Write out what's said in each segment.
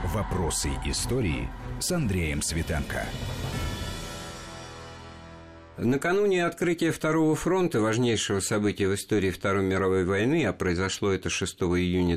Вопросы истории с Андреем Светенко. Накануне открытия Второго фронта, важнейшего события в истории Второй мировой войны, а произошло это 6 июня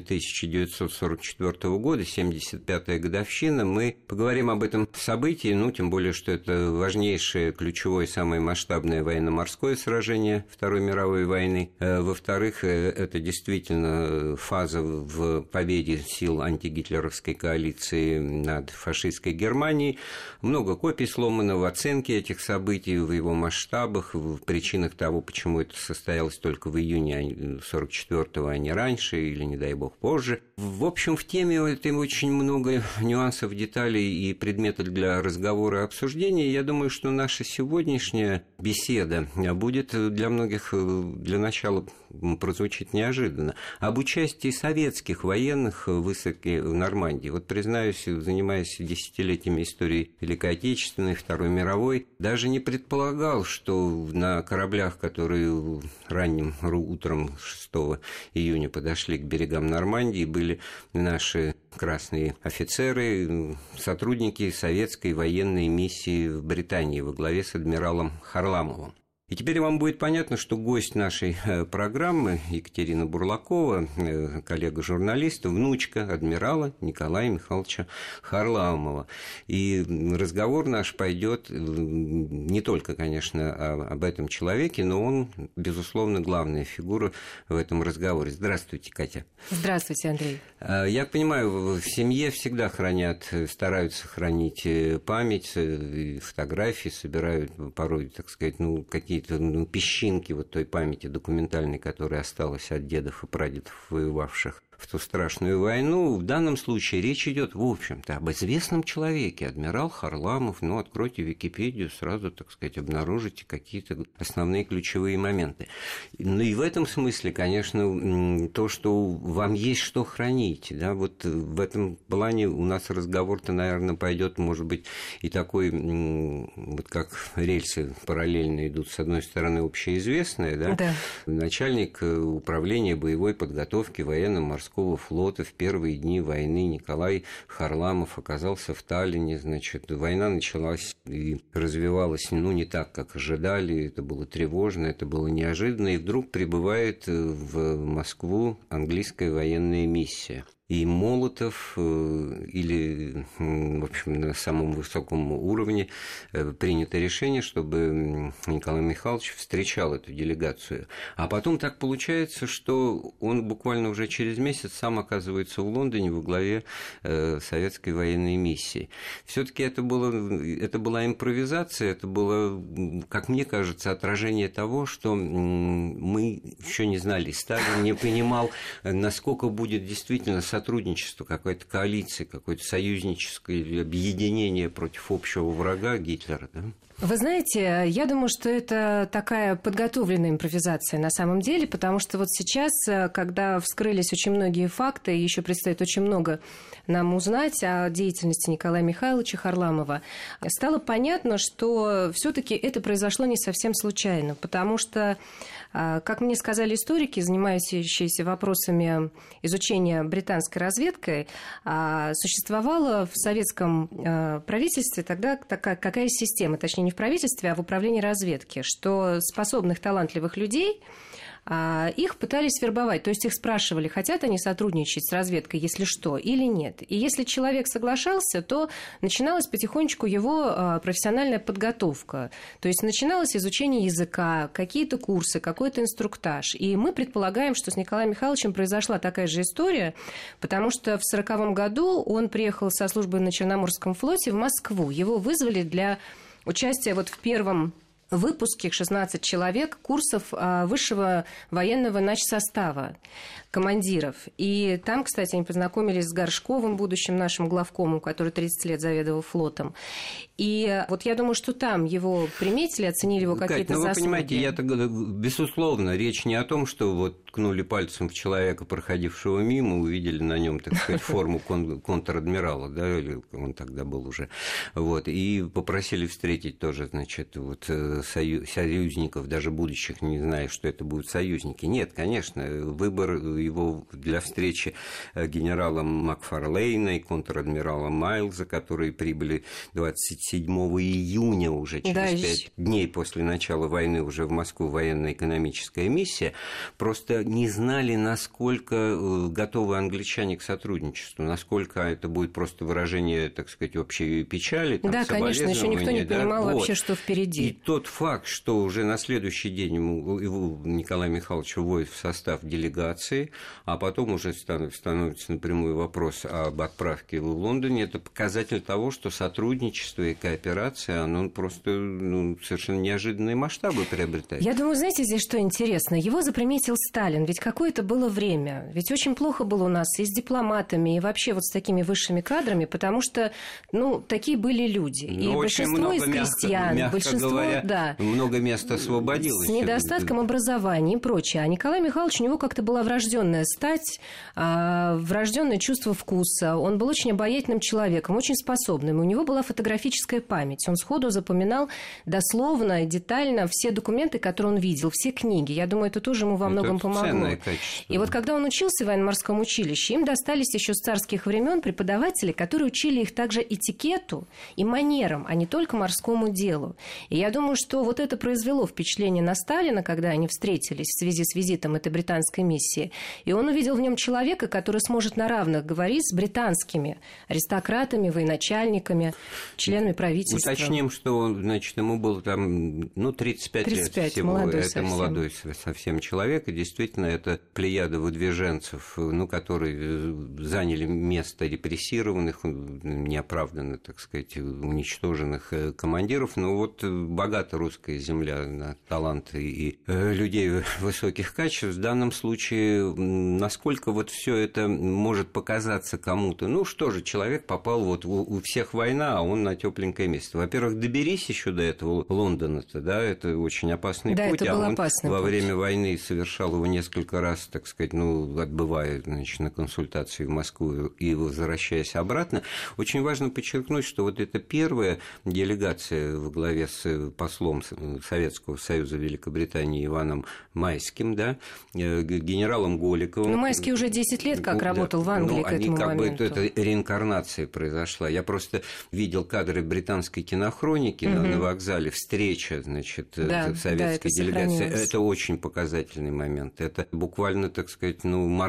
1944 года, 75-я годовщина, мы поговорим об этом событии, тем более, что это важнейшее, ключевое, самое масштабное военно-морское сражение Второй мировой войны. Во-вторых, это действительно фаза в победе сил антигитлеровской коалиции над фашистской Германией. Много копий сломано в оценке этих событий, в его масштабах, в причинах того, почему это состоялось только в июне 1944-го, а не раньше, или, не дай бог, позже. В общем, в теме этой очень много нюансов, деталей и предметов для разговора и обсуждения. Я думаю, что наша сегодняшняя беседа будет для многих, для начала, прозвучит неожиданно, об участии советских военных в высадке в Нормандии. Вот, признаюсь, занимаясь десятилетиями истории Великой Отечественной, Второй мировой, даже не предполагал, что на кораблях, которые ранним утром 6 июня подошли к берегам Нормандии, были наши красные офицеры, сотрудники советской военной миссии в Британии во главе с адмиралом Харламовым. И теперь вам будет понятно, что гость нашей программы Екатерина Бурлакова, коллега-журналист, внучка адмирала Николая Михайловича Харламова. И разговор наш пойдет не только, конечно, об этом человеке, но он, безусловно, главная фигура в этом разговоре. Здравствуйте, Катя. Здравствуйте, Андрей. Я понимаю, в семье всегда стараются хранить память, фотографии, собирают порой, так сказать, какие-то песчинки той памяти документальной, которая осталась от дедов и прадедов, воевавших в ту страшную войну. В данном случае речь идет, в общем-то, об известном человеке, адмирал Харламов. Откройте Википедию, сразу, так сказать, обнаружите какие-то основные ключевые моменты. И в этом смысле, конечно, то, что вам есть что хранить, да, вот в этом плане у нас разговор-то, наверное, пойдет, может быть, и такой, вот как рельсы параллельно идут, с одной стороны, общеизвестное, да? Начальник управления боевой подготовки военно-морского флота в первые дни войны Николай Харламов оказался в Таллине. Значит, война началась и развивалась, не так, как ожидали. Это было тревожно, это было неожиданно. И вдруг прибывает в Москву английская военная миссия. И Молотов, или, в общем, на самом высоком уровне принято решение, чтобы Николай Михайлович встречал эту делегацию. А потом так получается, что он буквально уже через месяц сам оказывается в Лондоне во главе советской военной миссии. Все-таки это была импровизация, это было, как мне кажется, отражение того, что мы еще не знали. Сталин не понимал, насколько будет действительно сотрудничество, какой-то коалиции, какое-то союзническое объединение против общего врага Гитлера, да? Вы знаете, я думаю, что это такая подготовленная импровизация на самом деле, потому что вот сейчас, когда вскрылись очень многие факты, еще предстоит очень много нам узнать о деятельности Николая Михайловича Харламова, стало понятно, что все-таки это произошло не совсем случайно, потому что, как мне сказали историки, занимающиеся вопросами изучения британской разведкой, существовала в советском правительстве тогда какая система, точнее, не в правительстве, а в управлении разведки, что способных, талантливых людей их пытались вербовать, то есть их спрашивали, хотят они сотрудничать с разведкой, если что, или нет. И если человек соглашался, то начиналась потихонечку его профессиональная подготовка. То есть начиналось изучение языка, какие-то курсы, какой-то инструктаж. И мы предполагаем, что с Николаем Михайловичем произошла такая же история, потому что в 1940 году он приехал со службы на Черноморском флоте в Москву. Его вызвали для участия в первом выпуске 16 человек курсов высшего военного начсостава, командиров. И там, кстати, они познакомились с Горшковым, будущим нашим главкомом, который 30 лет заведовал флотом. И вот я думаю, что там его приметили, оценили его какие-то заслуги. Вы понимаете, безусловно, речь не о том, что ткнули пальцем в человека, проходившего мимо, увидели на нем, так сказать, форму контр-адмирала, да, или он тогда был уже, и попросили встретить тоже, значит, союзников, даже будущих, не зная, что это будут союзники. Нет, конечно, выбор его для встречи генерала Макфарлейна и контр-адмирала Майлза, которые прибыли 27 июня, уже через 5 дней после начала войны, уже в Москву военно-экономическая миссия, просто не знали, насколько готовы англичане к сотрудничеству, насколько это будет просто выражение, так сказать, общей печали. Да, конечно, еще никто не понимал вообще, что впереди. И тот факт, что уже на следующий день его Николай Михайлович вводит в состав делегации, а потом уже становится напрямую вопрос об отправке в Лондоне, это показатель того, что сотрудничество и кооперация, оно просто совершенно неожиданные масштабы приобретает. Я думаю, знаете, здесь что интересно? Его заприметил Сталин, ведь какое-то было время. Ведь очень плохо было у нас и с дипломатами, и вообще вот с такими высшими кадрами, потому что, такие были люди. И большинство из крестьян, мягко говоря, много места освободилось. С недостатком образования и прочее. А Николай Михайлович, у него как-то была врожденная стать, врожденное чувство вкуса. Он был очень обаятельным человеком, очень способным. У него была фотографическая память. Он сходу запоминал дословно, детально все документы, которые он видел, все книги. Я думаю, это тоже ему во многом помогло. И вот когда он учился в военно-морском училище, им достались еще с царских времен преподаватели, которые учили их также этикету и манерам, а не только морскому делу. И я думаю, что вот это произвело впечатление на Сталина, когда они встретились в связи с визитом этой британской миссии. И он увидел в нем человека, который сможет на равных говорить с британскими аристократами, военачальниками, членами правительства. Уточним, что, значит, ему было там 35 лет всего. Это молодой совсем человек. И действительно, это плеяда выдвиженцев, которые заняли место репрессированных, неоправданно, так сказать, уничтоженных командиров. Богата русская земля на таланты и людей высоких качеств. В данном случае, насколько вот все это может показаться кому-то, что же, человек попал у всех война, а он на тепленькое место. Во-первых, доберись еще до этого Лондона-то, это очень опасный путь, это был он опасный во путь. Время войны совершал его несколько раз, так сказать, отбывая, на консультации в Москву и возвращаясь обратно. Очень важно подчеркнуть, что вот эта первая делегация во главе с послом Советского Союза Великобритании Иваном Майским, генералом Голиковым. Майский уже 10 лет как работал в Англии к этому моменту. Это реинкарнация произошла. Я просто видел кадры британской кинохроники на вокзале, встреча, советской делегации. Это очень показательный момент. Это буквально, так сказать,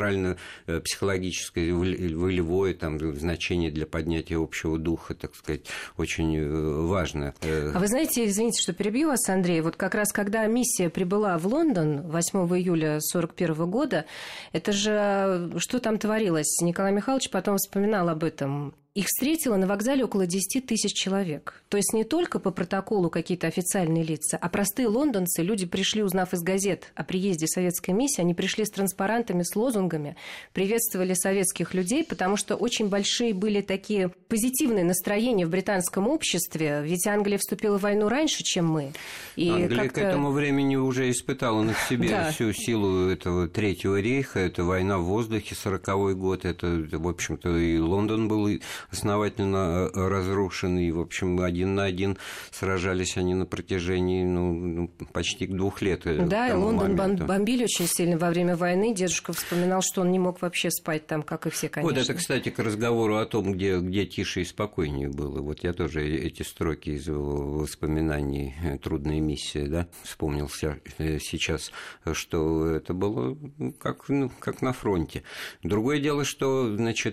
морально-психологическое, волевое значение для поднятия общего духа, так сказать, очень важно. А вы знаете, извините, что перебью вас, Андрей, вот как раз когда миссия прибыла в Лондон 8 июля 1941 года, это же что там творилось? Николай Михайлович потом вспоминал об этом. Их встретило на вокзале около 10 тысяч человек. То есть не только по протоколу какие-то официальные лица, а простые лондонцы, люди пришли, узнав из газет о приезде советской миссии, они пришли с транспарантами, с лозунгами, приветствовали советских людей, потому что очень большие были такие позитивные настроения в британском обществе, ведь Англия вступила в войну раньше, чем мы. И Англия к этому времени уже испытала на себе всю силу этого Третьего рейха, это война в воздухе, 40-й год, это, в общем-то, и Лондон был основательно разрушены, и, в общем, один на один сражались они на протяжении почти 2 лет. Да, и Лондон бомбили очень сильно во время войны. Дедушка вспоминал, что он не мог вообще спать там, как и все, конечно. Вот это, кстати, к разговору о том, где тише и спокойнее было. Вот я тоже эти строки из воспоминаний «Трудная миссия», вспомнил сейчас, что это было как на фронте. Другое дело, что,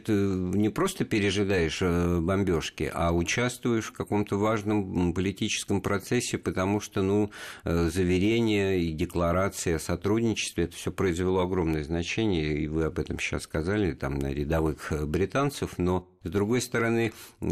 не просто пережидаешь бомбежки, а участвуешь в каком-то важном политическом процессе, потому что, заверения и декларации о сотрудничестве, это все произвело огромное значение, и вы об этом сейчас сказали, на рядовых британцев, но с другой стороны,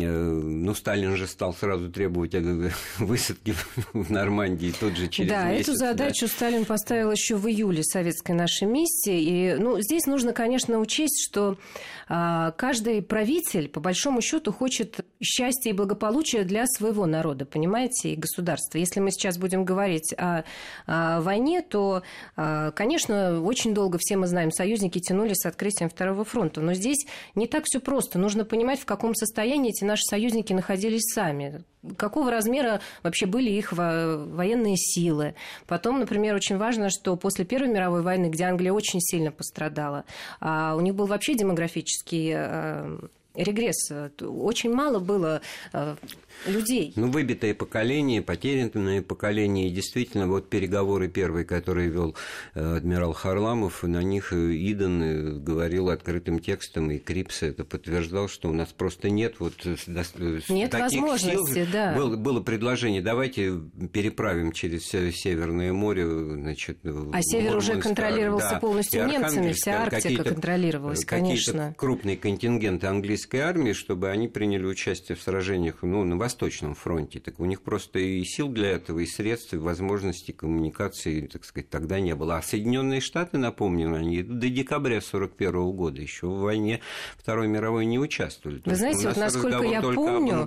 Сталин же стал сразу требовать высадки в Нормандии тут же через месяц. Эту задачу Сталин поставил еще в июле советской нашей миссии. И, здесь нужно, конечно, учесть, что каждый правитель, по большому счету, хочет счастья и благополучия для своего народа, понимаете, и государства. Если мы сейчас будем говорить о войне, то, конечно, очень долго, все мы знаем, союзники тянулись с открытием Второго фронта. Но здесь не так все просто. Нужно понимать, в каком состоянии эти наши союзники находились сами. Какого размера вообще были их военные силы. Потом, например, очень важно, что после Первой мировой войны, где Англия очень сильно пострадала, у них был вообще демографический регресс. Очень мало было людей. Ну, выбитое поколение, потерянное поколение. И действительно, вот переговоры первые, которые вел адмирал Харламов, на них Иден говорил открытым текстом, и Крипс это подтверждал, что у нас просто нет нет таких возможности, сил. Да. Было предложение, давайте переправим через Северное море. Значит, север уже контролировался полностью немцами, вся Арктика контролировалась, конечно. Какие-то крупные контингенты английской армии, чтобы они приняли участие в сражениях, на Восточном фронте. Так у них просто и сил для этого, и средств, и возможностей коммуникации, так сказать, тогда не было. А Соединенные Штаты, напомню, они до декабря 1941 года еще в войне Второй мировой не участвовали. Вы знаете, вот насколько я помню,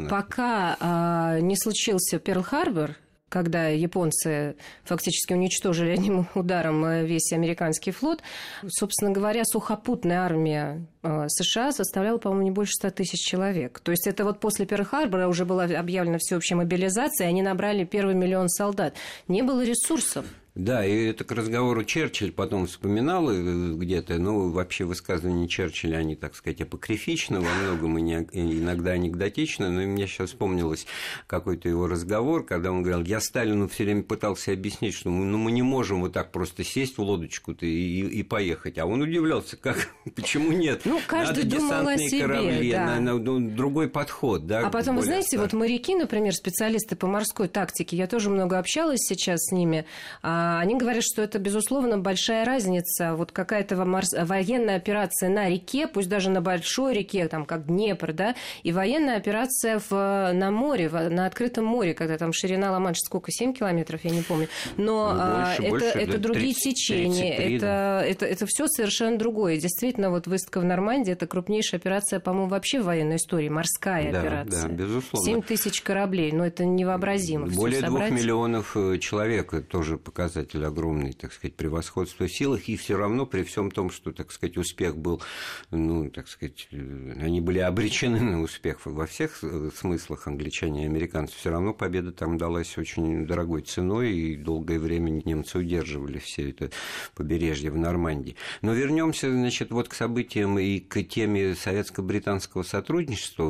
пока не случился Перл-Харбор, когда японцы фактически уничтожили одним ударом весь американский флот, собственно говоря, сухопутная армия США составляла, по-моему, не больше 100 тысяч человек. То есть это вот после Перл-Харбора уже была объявлена всеобщая мобилизация, и они набрали первый 1 миллион солдат. Не было ресурсов. Да, и это к разговору Черчилль потом вспоминал где-то, вообще высказывания Черчилля, они, так сказать, апокрифичны во многом, и иногда анекдотичны, но мне сейчас вспомнилось какой-то его разговор, когда он говорил, я Сталину все время пытался объяснить, что мы не можем вот так просто сесть в лодочку-то и поехать, а он удивлялся, почему нет? Каждый надо думал о себе, корабли, да. Другой подход, да. А потом, вы знаете, вот моряки, например, специалисты по морской тактике, я тоже много общалась сейчас с ними, они говорят, что это, безусловно, большая разница. Вот какая-то военная операция на реке, пусть даже на большой реке, там, как Днепр, да, и военная операция на море, на открытом море, когда там ширина Ла-Манша сколько, 7 километров, я не помню. Но больше, это другие 30, течения, 33, это все совершенно другое. Действительно, вот выставка в Нормандии – это крупнейшая операция, по-моему, вообще в военной истории, морская операция. Да, безусловно. 7 тысяч кораблей, но это невообразимо. Более 2 миллионов человек, это тоже показатель огромный, так сказать, превосходство в силах, и все равно при всем том, что, так сказать, успех был, так сказать, они были обречены на успех во всех смыслах, англичане и американцы, все равно победа там далась очень дорогой ценой, и долгое время немцы удерживали все это побережье в Нормандии. Но вернемся, значит, вот к событиям и к теме советско-британского сотрудничества.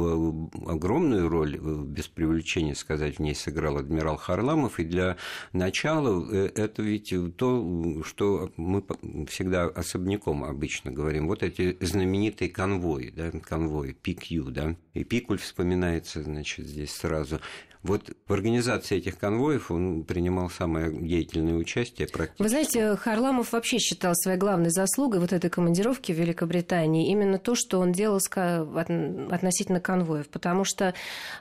В огромную роль, без преувеличения сказать, в ней сыграл адмирал Харламов, и для начала это ведь то, что мы всегда особняком обычно говорим. Вот эти знаменитые конвои, да, конвои PQ, да, и Пикуль вспоминается, значит, здесь сразу. Вот в организации этих конвоев он принимал самое деятельное участие практически. Вы знаете, Харламов вообще считал своей главной заслугой вот этой командировки в Великобритании именно то, что он делал относительно конвоев, потому что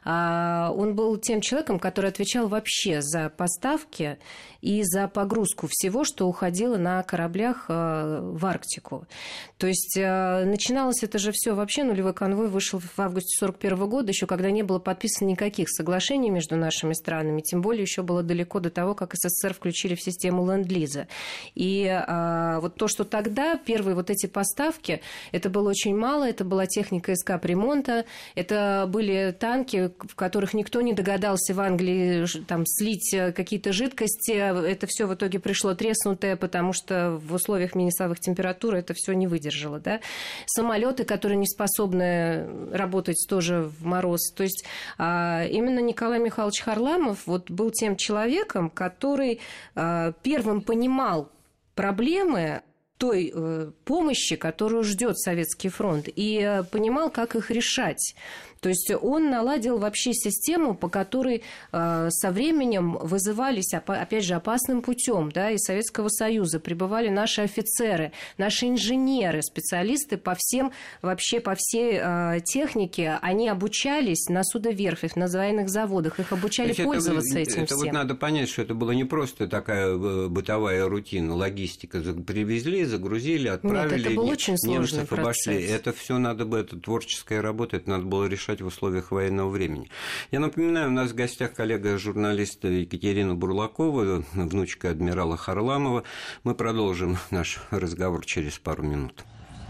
он был тем человеком, который отвечал вообще за поставки и за погрузку всего, что уходило на кораблях в Арктику. То есть начиналось это же все вообще, нулевой конвой вышел в августе 1941 года, еще когда не было подписано никаких соглашений между нашими странами, тем более еще было далеко до того, как СССР включили в систему ленд-лиза. И вот то, что тогда первые вот эти поставки, это было очень мало, это была техника эскап-ремонта, это были танки, в которых никто не догадался в Англии там слить какие-то жидкости, это все в итоге пришло треснутое, потому что в условиях минусовых температур это все не выдержало, да. Самолеты, которые не способны работать тоже в мороз. То есть именно Николай Михайлович Харламов вот был тем человеком, который первым понимал проблемы той помощи, которую ждет Советский фронт, и понимал, как их решать. То есть он наладил вообще систему, по которой со временем вызывались, опять же, опасным путем, да, из Советского Союза прибывали наши офицеры, наши инженеры, специалисты по всем, вообще по всей технике. Они обучались на судоверфях, на военных заводах, их обучали пользоваться этим всем. Вот надо понять, что это была не просто такая бытовая рутина, логистика. Привезли, загрузили, отправили. Нет, это был очень сложный немцев обошли. процесс. Это все надо было, это творческая работа, это надо было решать в условиях военного времени. Я напоминаю, у нас в гостях коллега-журналист Екатерина Бурлакова, внучка адмирала Харламова. Мы продолжим наш разговор через пару минут.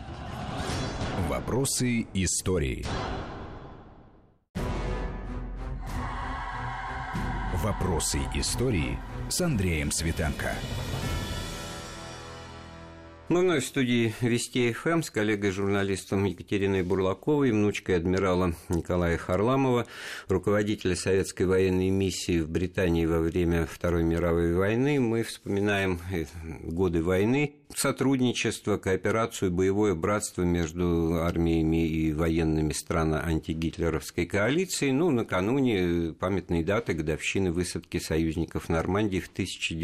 Вопросы истории. Вопросы истории с Андреем Светенко. Мы вновь в студии Вести ФМ с коллегой-журналистом Екатериной Бурлаковой, внучкой адмирала Николая Харламова, руководителя советской военной миссии в Британии во время Второй мировой войны. Мы вспоминаем годы войны, сотрудничество, кооперацию, боевое братство между армиями и военными стран антигитлеровской коалиции. Накануне памятной даты годовщины высадки союзников в Нормандии в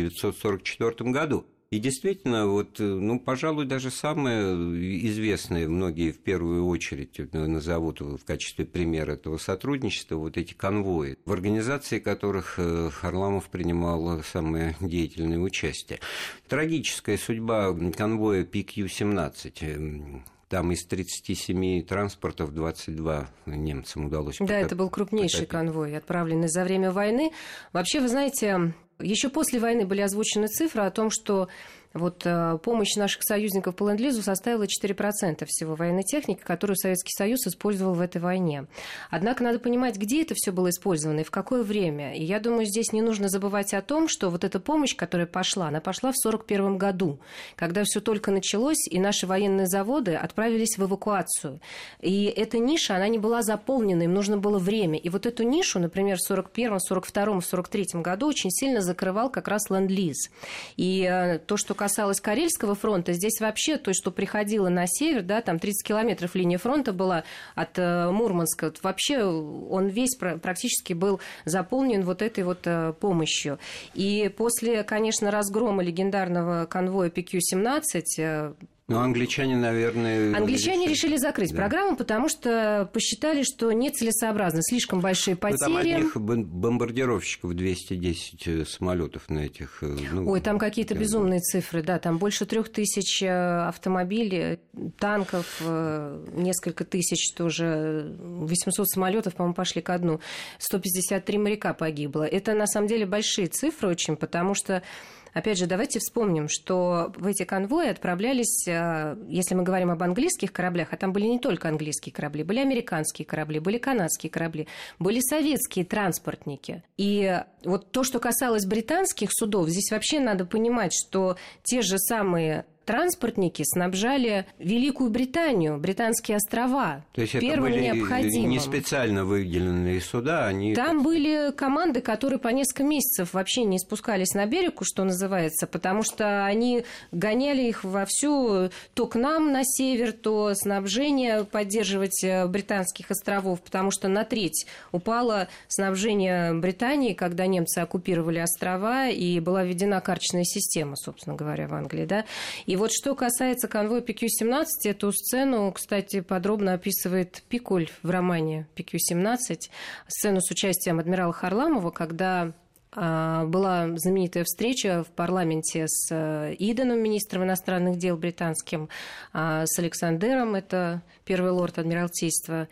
1944 году. И действительно, пожалуй, даже самое известное, многие в первую очередь назовут в качестве примера этого сотрудничества, эти конвои, в организации которых Харламов принимал самое деятельное участие. Трагическая судьба конвоя PQ-17. Там из 37 транспортов 22 немцам удалось Да, это был крупнейший конвой, отправленный за время войны. Вообще, вы знаете, еще после войны были озвучены цифры о том, что помощь наших союзников по ленд-лизу составила 4% всего военной техники, которую Советский Союз использовал в этой войне. Однако надо понимать, где это все было использовано и в какое время. И я думаю, здесь не нужно забывать о том, что эта помощь, которая пошла, она пошла в 1941 году, когда все только началось, и наши военные заводы отправились в эвакуацию. И эта ниша, она не была заполнена, им нужно было время. И эту нишу, например, в 1941, 1942, 1943 году очень сильно закрывал как раз ленд-лиз. И то, что касалось Карельского фронта, здесь вообще то, что приходило на север, там 30 километров линия фронта была от Мурманска, вообще он весь практически был заполнен этой помощью. И после, конечно, разгрома легендарного конвоя PQ-17... англичане, наверное... Англичане решили закрыть программу, потому что посчитали, что нецелесообразно, слишком большие потери. Там одних бомбардировщиков 210 самолетов на этих... там какие-то безумные цифры, там больше 3000 автомобилей, танков, несколько тысяч тоже, 800 самолетов, по-моему, пошли ко дну, 153 моряка погибло. Это, на самом деле, большие цифры очень, потому что опять же, давайте вспомним, что в эти конвои отправлялись, если мы говорим об английских кораблях, а там были не только английские корабли, были американские корабли, были канадские корабли, были советские транспортники. И то, что касалось британских судов, здесь вообще надо понимать, что те же самые транспортники снабжали Великую Британию, Британские острова. То есть это первым были необходимым. Не специально выделенные суда? Там были команды, которые по несколько месяцев вообще не спускались на берег, что называется, потому что они гоняли их вовсю то к нам на север, то снабжение поддерживать британских островов, потому что на треть упало снабжение Британии, когда немцы оккупировали острова, и была введена карточная система, собственно говоря, в Англии, да. И что касается конвоя PQ-17, эту сцену, кстати, подробно описывает Пикуль в романе PQ-17, сцену с участием адмирала Харламова, когда была знаменитая встреча в парламенте с Иденом, министром иностранных дел британским, с Александером, это первый лорд Адмиралтейства.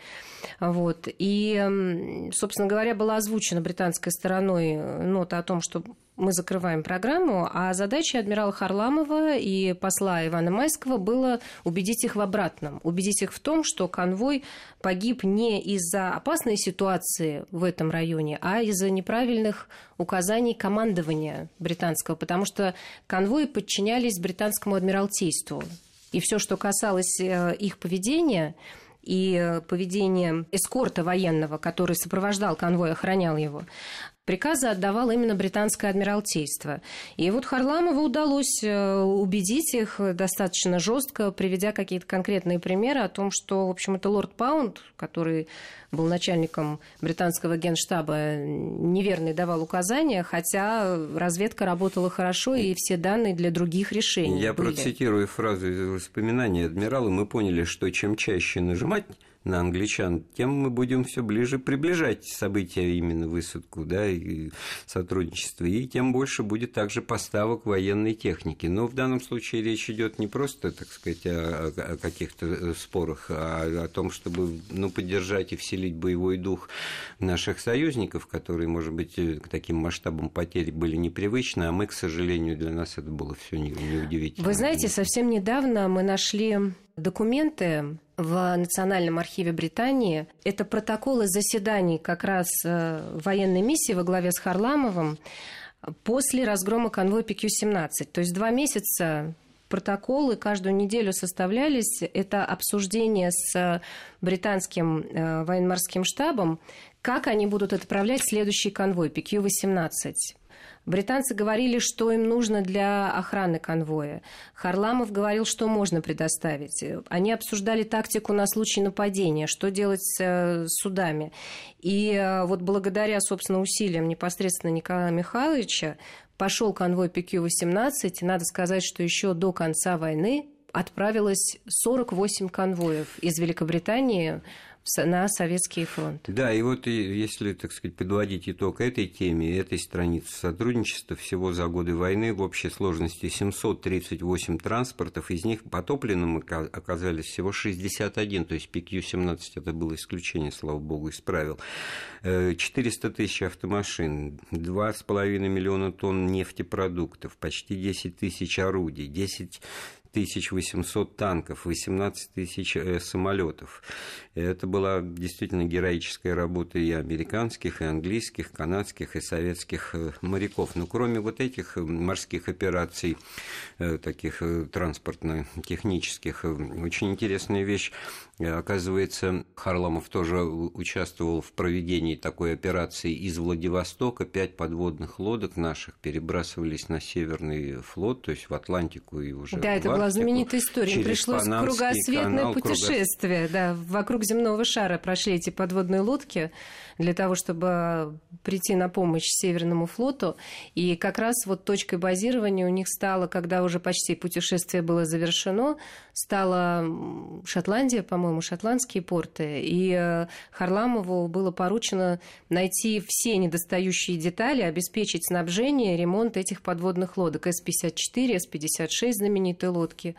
И, собственно говоря, была озвучена британской стороной нота о том, что мы закрываем программу, а задача адмирала Харламова и посла Ивана Майского было убедить их в обратном, убедить их в том, что конвой погиб не из-за опасной ситуации в этом районе, а из-за неправильных указаний командования британского, потому что конвои подчинялись британскому адмиралтейству. И все, что касалось их поведения и поведения эскорта военного, который сопровождал конвой, охранял его, приказы отдавало именно британское адмиралтейство. И Харламову удалось убедить их достаточно жестко, приведя какие-то конкретные примеры о том, что, в общем, это лорд Паунд, который был начальником британского генштаба, неверно давал указания, хотя разведка работала хорошо, и все данные для других решений Я были. процитирую фразу из воспоминаний адмирала. Мы поняли, что чем чаще нажимать на англичан, тем мы будем все ближе приближать события, именно высадку, да, и сотрудничество, и тем больше будет также поставок военной техники. Но в данном случае речь идет не просто, так сказать, о каких-то спорах, а о том, чтобы поддержать и вселить боевой дух наших союзников, которые, может быть, к таким масштабам потерь были непривычны, а мы, к сожалению, для нас это было все неудивительно. Вы знаете, совсем недавно мы нашли документы в Национальном архиве Британии. Это протоколы заседаний как раз военной миссии во главе с Харламовым после разгрома конвоя PQ-17. То есть 2 месяца протоколы каждую неделю составлялись. Это обсуждение с британским военно-морским штабом, как они будут отправлять следующий конвой PQ-18. Британцы говорили, что им нужно для охраны конвоя. Харламов говорил, что можно предоставить. Они обсуждали тактику на случай нападения, что делать с судами. И вот благодаря, собственно, усилиям непосредственно Николая Михайловича пошел конвой PQ-18. Надо сказать, что еще до конца войны отправилось 48 конвоев из Великобритании на Советский фронт. Да, и вот если, так сказать, подводить итог этой теме, этой страницы сотрудничества, всего за годы войны в общей сложности 738 транспортов, из них потопленным оказались всего 61, то есть PQ-17 это было исключение, слава богу, из правил. 400 тысяч автомашин, 2,5 миллиона тонн нефтепродуктов, почти 10 тысяч орудий, 10 1800 танков, 18 тысяч самолетов. Это была действительно героическая работа и американских, и английских, канадских, и советских моряков. Но кроме вот этих морских операций, таких транспортно-технических, очень интересная вещь. Оказывается, Харламов тоже участвовал в проведении такой операции из Владивостока. 5 подводных лодок наших перебрасывались на Северный флот, то есть в Атлантику и уже в Арктику. Была знаменитая история. Им пришлось кругосветное путешествие. Да, вокруг земного шара прошли эти подводные лодки для того, чтобы прийти на помощь Северному флоту. И как раз вот точкой базирования у них стало, когда уже почти путешествие было завершено, стала Шотландия, по-моему, шотландские порты. И Харламову было поручено найти все недостающие детали, обеспечить снабжение, ремонт этих подводных лодок. С-54, С-56 знаменитые лодки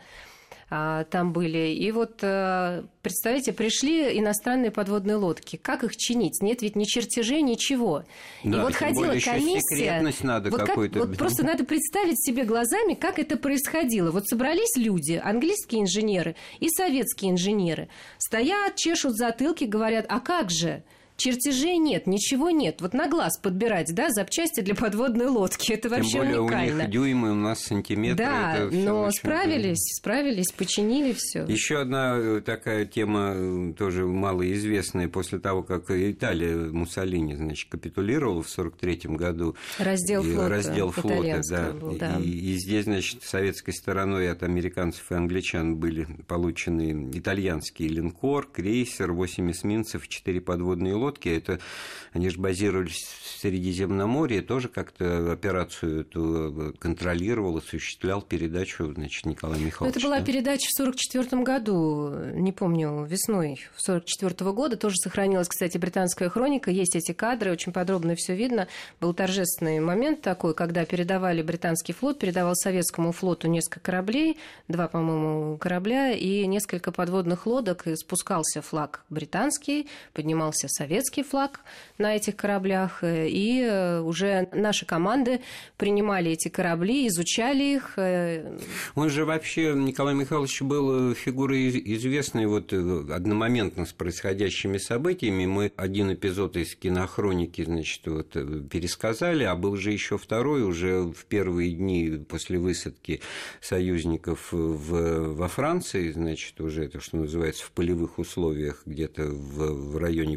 там были. И вот, представляете, пришли иностранные подводные лодки. Как их чинить? Нет ведь ни чертежей, ничего. Да, и вот ходила комиссия. Секретность надо какой-то. Вот просто надо представить себе глазами, как это происходило. Вот собрались люди, английские инженеры и советские инженеры. Стоят, чешут затылки, говорят, а как же? Чертежей нет, ничего нет. Вот на глаз подбирать, да, запчасти для подводной лодки. Это вообще уникально. Тем более у них дюймы, у нас сантиметры. Да, но справились, починили все. Еще одна такая тема, тоже малоизвестная, после того, как Италия Муссолини, значит, капитулировала в 1943 году. Раздел флота, да. Был, да. И здесь, значит, советской стороной от американцев и англичан были получены итальянский линкор, крейсер, 8 эсминцев, 4 подводные лодки. Это, они же базировались в Средиземноморье, тоже как-то операцию эту контролировал, осуществлял передачу, значит, Николай Михайлович. Это была передача в 1944 году, не помню, весной 1944 года. Тоже сохранилась, кстати, британская хроника, есть эти кадры, очень подробно все видно. Был торжественный момент такой, когда передавали британский флот, передавал советскому флоту несколько кораблей, 2, по-моему, корабля и несколько подводных лодок, и спускался флаг британский, поднимался советский флаг на этих кораблях, и уже наши команды принимали эти корабли, изучали их. Он же вообще, Николай Михайлович, был фигурой известной вот одномоментно с происходящими событиями. Мы один эпизод из кинохроники, значит, вот, пересказали, а был же еще второй уже в первые дни после высадки союзников во Франции, значит, уже это, что называется, в полевых условиях где-то в районе боевых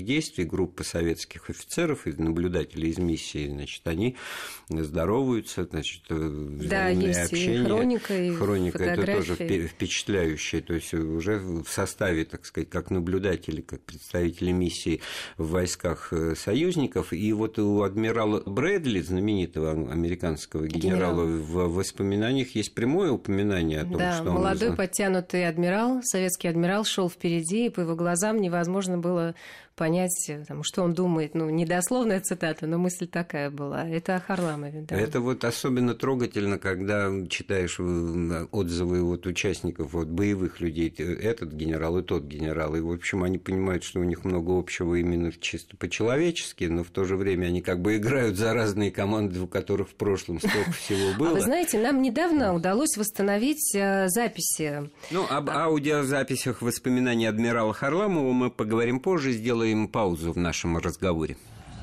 боевых действий, группа советских офицеров и наблюдателей из миссии, значит, они здороваются, значит, взаимное общение. Хроника это тоже впечатляющее, то есть уже в составе, так сказать, как наблюдатели, как представители миссии в войсках союзников. И вот у адмирала Брэдли, знаменитого американского генерала, в воспоминаниях есть прямое упоминание о том, что он... молодой подтянутый адмирал, советский адмирал, шел впереди, и по его глазам невозможно было понять, там, что он думает. Ну, не дословная цитата, но мысль такая была. Это о Харламове, да. Это вот особенно трогательно, когда читаешь отзывы вот участников, вот боевых людей, этот генерал и тот генерал, и, в общем, они понимают, что у них много общего именно чисто по-человечески, но в то же время они как бы играют за разные команды, у которых в прошлом столько всего было. А вы знаете, нам недавно удалось восстановить записи. Ну, об аудиозаписях воспоминаний адмирала Харламова мы поговорим позже, сделаем паузу в нашем разговоре.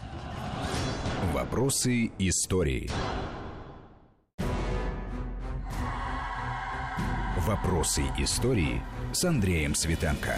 Вопросы истории. Вопросы истории с Андреем Светенко.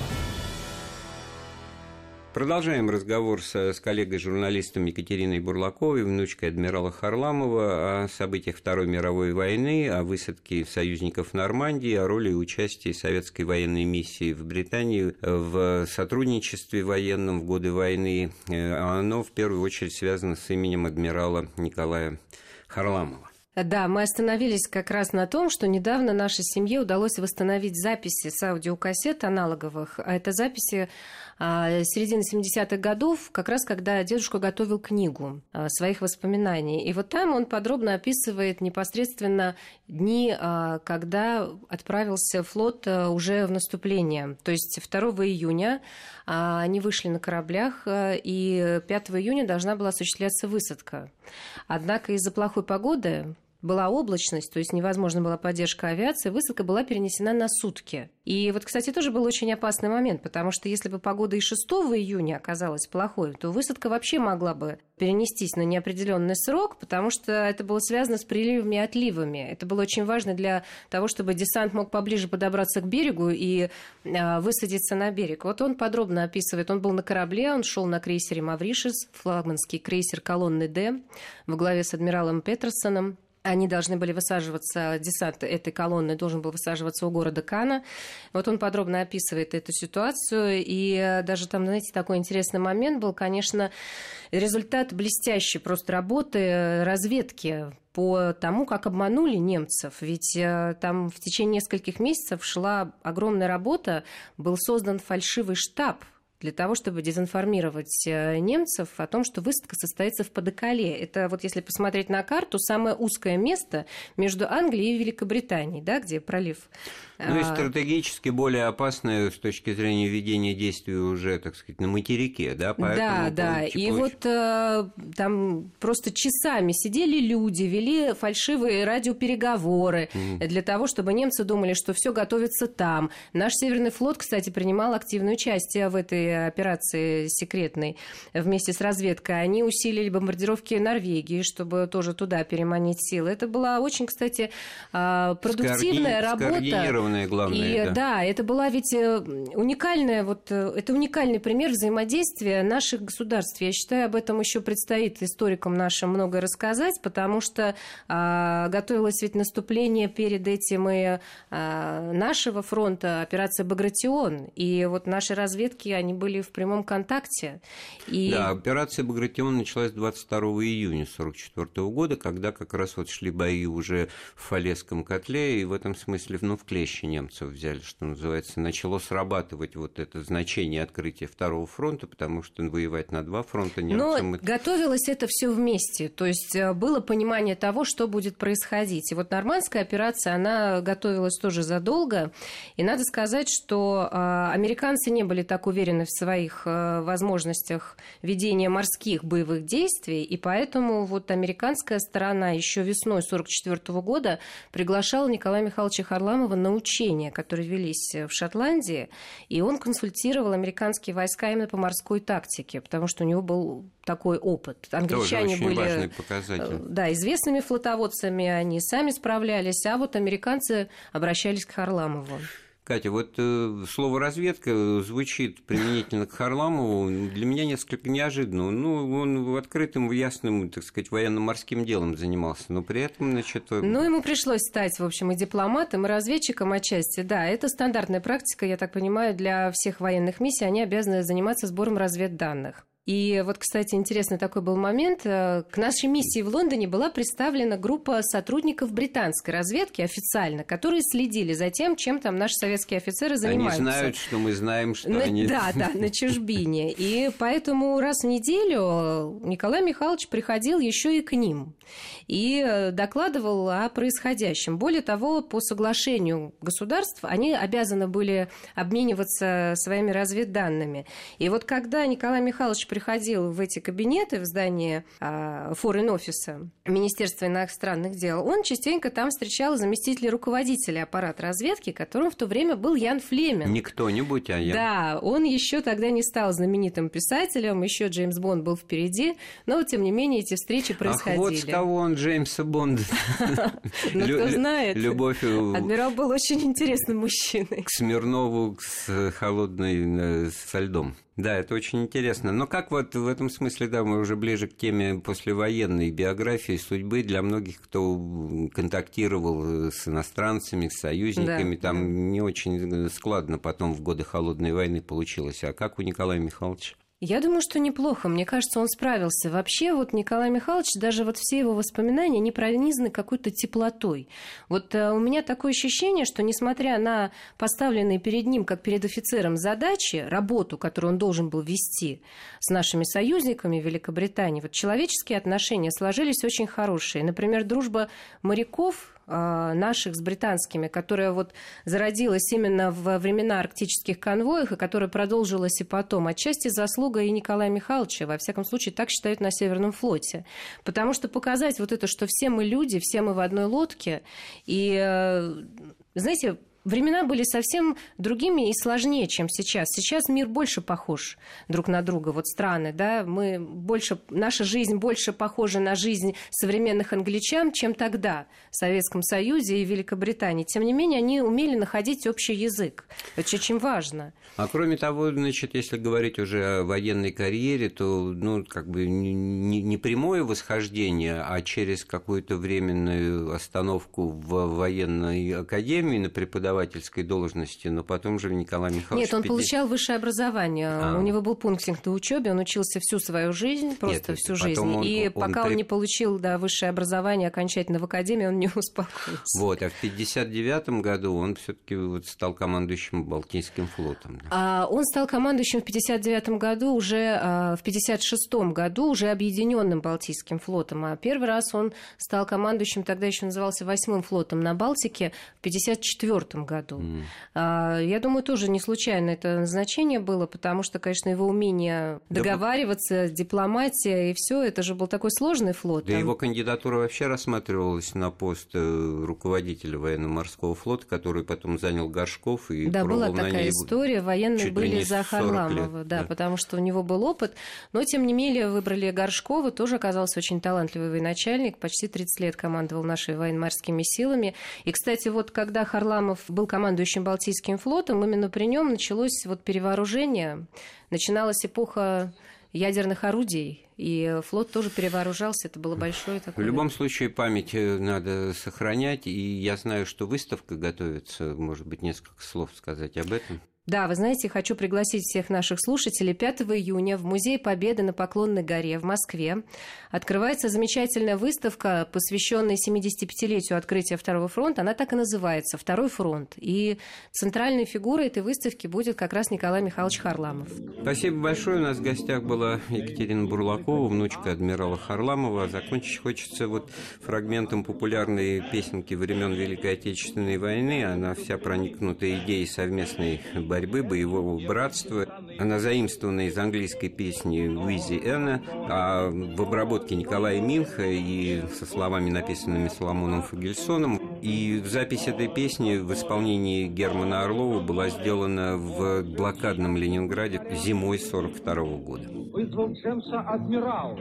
Продолжаем разговор с коллегой-журналистом Екатериной Бурлаковой, внучкой адмирала Харламова, о событиях Второй мировой войны, о высадке союзников в Нормандии, о роли и участии советской военной миссии в Британии в сотрудничестве военном в годы войны. Оно в первую очередь связано с именем адмирала Николая Харламова. Да, мы остановились как раз на том, что недавно нашей семье удалось восстановить записи с аудиокассет аналоговых. А это записи середины 70-х годов, как раз когда дедушка готовил книгу своих воспоминаний. И вот там он подробно описывает непосредственно дни, когда отправился флот уже в наступление. То есть 2 июня они вышли на кораблях, и 5 июня должна была осуществляться высадка. Однако из-за плохой погоды была облачность, то есть невозможна была поддержка авиации, высадка была перенесена на сутки. И вот, кстати, тоже был очень опасный момент, потому что если бы погода и 6 июня оказалась плохой, то высадка вообще могла бы перенестись на неопределенный срок, потому что это было связано с приливами и отливами. Это было очень важно для того, чтобы десант мог поближе подобраться к берегу и высадиться на берег. Вот он подробно описывает, он был на корабле, он шел на крейсере «Мавришес», флагманский крейсер колонны «Д» во главе с адмиралом Петерсоном. Они должны были высаживаться, десант этой колонны должен был высаживаться у города Кана. Вот он подробно описывает эту ситуацию. И даже там, знаете, такой интересный момент был, конечно, результат блестящей просто работы разведки по тому, как обманули немцев. Ведь там в течение нескольких месяцев шла огромная работа, был создан фальшивый штаб для того, чтобы дезинформировать немцев о том, что высадка состоится в Падекале. Это вот если посмотреть на карту, самое узкое место между Англией и Великобританией, да, где пролив. Ну и стратегически более опасное с точки зрения ведения действий уже, так сказать, на материке, да? Поэтому да. И вот там просто часами сидели люди, вели фальшивые радиопереговоры для того, чтобы немцы думали, что все готовится там. Наш Северный флот, кстати, принимал активное участие в этой операции секретной вместе с разведкой. Они усилили бомбардировки Норвегии, чтобы тоже туда переманить силы. Это была очень, кстати, продуктивная работа. Главное, да, это была ведь уникальная, вот это уникальный пример взаимодействия наших государств. Я считаю, об этом еще предстоит историкам нашим многое рассказать, потому что готовилось ведь наступление перед этим и нашего фронта, операция «Багратион». И вот наши разведки, они были в прямом контакте. Да, операция «Багратион» началась 22 июня 1944 года, когда как раз вот шли бои уже в Фалесском котле, и в этом смысле, в клещи немцев взяли, что называется. Начало срабатывать вот это значение открытия второго фронта, потому что воевать на два фронта немцам... Но готовилось это все вместе, то есть было понимание того, что будет происходить. И вот нормандская операция, она готовилась тоже задолго, и надо сказать, что американцы не были так уверены в своих возможностях ведения морских боевых действий, и поэтому вот американская сторона еще весной 1944 года приглашала Николая Михайловича Харламова на учения, которые велись в Шотландии, и он консультировал американские войска именно по морской тактике, потому что у него был такой опыт. Англичане тоже очень важный показатель. Да, известными флотоводцами, они сами справлялись, а вот американцы обращались к Харламову. Катя, вот слово «разведка» звучит применительно к Харламову для меня несколько неожиданно. Ну, он в открытым, ясным, так сказать, военно-морским делом занимался, но при этом, значит... Ну, ему пришлось стать, в общем, и дипломатом, и разведчиком отчасти. Да, это стандартная практика, я так понимаю, для всех военных миссий. Они обязаны заниматься сбором разведданных. И вот, кстати, интересный такой был момент. К нашей миссии в Лондоне была представлена группа сотрудников британской разведки официально, которые следили за тем, чем там наши советские офицеры занимаются. Они знают, что мы знаем, что они... Да, на чужбине. И поэтому раз в неделю Николай Михайлович приходил еще и к ним и докладывал о происходящем. Более того, по соглашению государств они обязаны были обмениваться своими разведданными. И вот когда Николай Михайлович приходил в эти кабинеты в здании Foreign Office Министерства иностранных дел, он частенько там встречал заместителя руководителя аппарата разведки, которым в то время был Ян Флеминг. Не кто-нибудь, а Ян. Да, он еще тогда не стал знаменитым писателем, еще Джеймс Бонд был впереди, но, тем не менее, эти встречи происходили. Ах, вот с кого он Джеймса Бонда. Ну, кто знает. Любовь... Адмирал был очень интересным мужчиной. К Смирнову с холодной... со льдом. Да, это очень интересно. Но как вот в этом смысле, да, мы уже ближе к теме послевоенной биографии, судьбы для многих, кто контактировал с иностранцами, с союзниками, да, там не очень складно потом в годы Холодной войны получилось. А как у Николая Михайловича? Я думаю, что неплохо. Мне кажется, он справился. Вообще, вот Николай Михайлович, даже вот все его воспоминания, они пронизаны какой-то теплотой. Вот у меня такое ощущение, что несмотря на поставленные перед ним, как перед офицером, задачи, работу, которую он должен был вести с нашими союзниками в Великобритании, вот человеческие отношения сложились очень хорошие. Например, дружба моряков наших с британскими, которая вот зародилась именно во времена арктических конвоев и которая продолжилась и потом. Отчасти заслуга и Николая Михайловича, во всяком случае, так считают на Северном флоте. Потому что показать вот это, что все мы люди, все мы в одной лодке. И, знаете, времена были совсем другими и сложнее, чем сейчас. Сейчас мир больше похож друг на друга, вот страны, да, наша жизнь больше похожа на жизнь современных англичан, чем тогда в Советском Союзе и Великобритании. Тем не менее, они умели находить общий язык. Это очень важно. А кроме того, значит, если говорить уже о военной карьере, то, ну, как бы не прямое восхождение, а через какую-то временную остановку в военной академии на преподавательской должности, но потом же Николай Михайлович... Нет, он получал высшее образование. У него был пунктинг на учебе, он учился всю свою жизнь, просто всю жизнь. Пока он не получил высшее образование окончательно в академии, он не успокоился. Вот, а в 1959 году он все-таки стал командующим Балтийским флотом. Он стал командующим в 1959 году, уже в 1956 году уже объединенным Балтийским флотом. А первый раз он стал командующим, тогда еще назывался 8-м флотом на Балтике, в 1954 году. Я думаю, тоже не случайно это назначение было, потому что, конечно, его умение договариваться, дипломатия и все, это же был такой сложный флот. Да, его кандидатура вообще рассматривалась на пост руководителя военно-морского флота, который потом занял Горшков. И да, была такая история. Военные были за Харламова, да, потому что у него был опыт. Но, тем не менее, выбрали Горшкова, тоже оказался очень талантливый военачальник, почти 30 лет командовал нашими военно-морскими силами. И, кстати, вот когда Харламов был командующим Балтийским флотом, именно при нем началось вот перевооружение, начиналась эпоха ядерных орудий, и флот тоже перевооружался, это было большое такое... В любом случае память надо сохранять, и я знаю, что выставка готовится, может быть, несколько слов сказать об этом. Да, вы знаете, хочу пригласить всех наших слушателей. 5 июня в Музее Победы на Поклонной горе в Москве открывается замечательная выставка, посвященная 75-летию открытия Второго фронта. Она так и называется «Второй фронт». И центральной фигурой этой выставки будет как раз Николай Михайлович Харламов. Спасибо большое. У нас в гостях была Екатерина Бурлакова, внучка адмирала Харламова. Закончить хочется вот фрагментом популярной песенки времен Великой Отечественной войны. Она вся проникнута идеей совместной борьбы, боевого братства. Она заимствована из английской песни Уизи Энна, а в обработке Николая Минха и со словами, написанными Соломоном Фогельсоном. И запись этой песни в исполнении Германа Орлова была сделана в блокадном Ленинграде зимой 1942 года. Вызвал Джемса адмирал.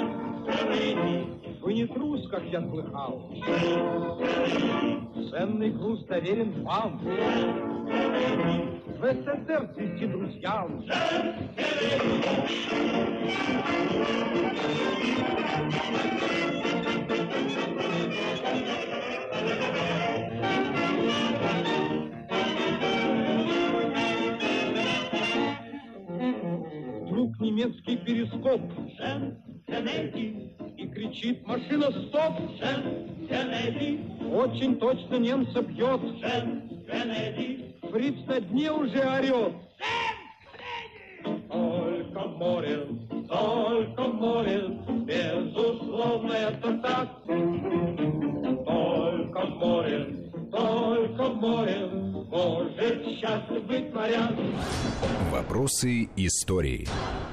Вы не трус, как я слыхал. Ценный груз доверен вам. В СССР среди друзьям. Вдруг немецкий перископ. И кричит: машина, стоп! Очень точно немца бьет. Фриц на дне уже орет. Только море, безусловно, это так. Только море может счастье быть морям. Вопросы истории.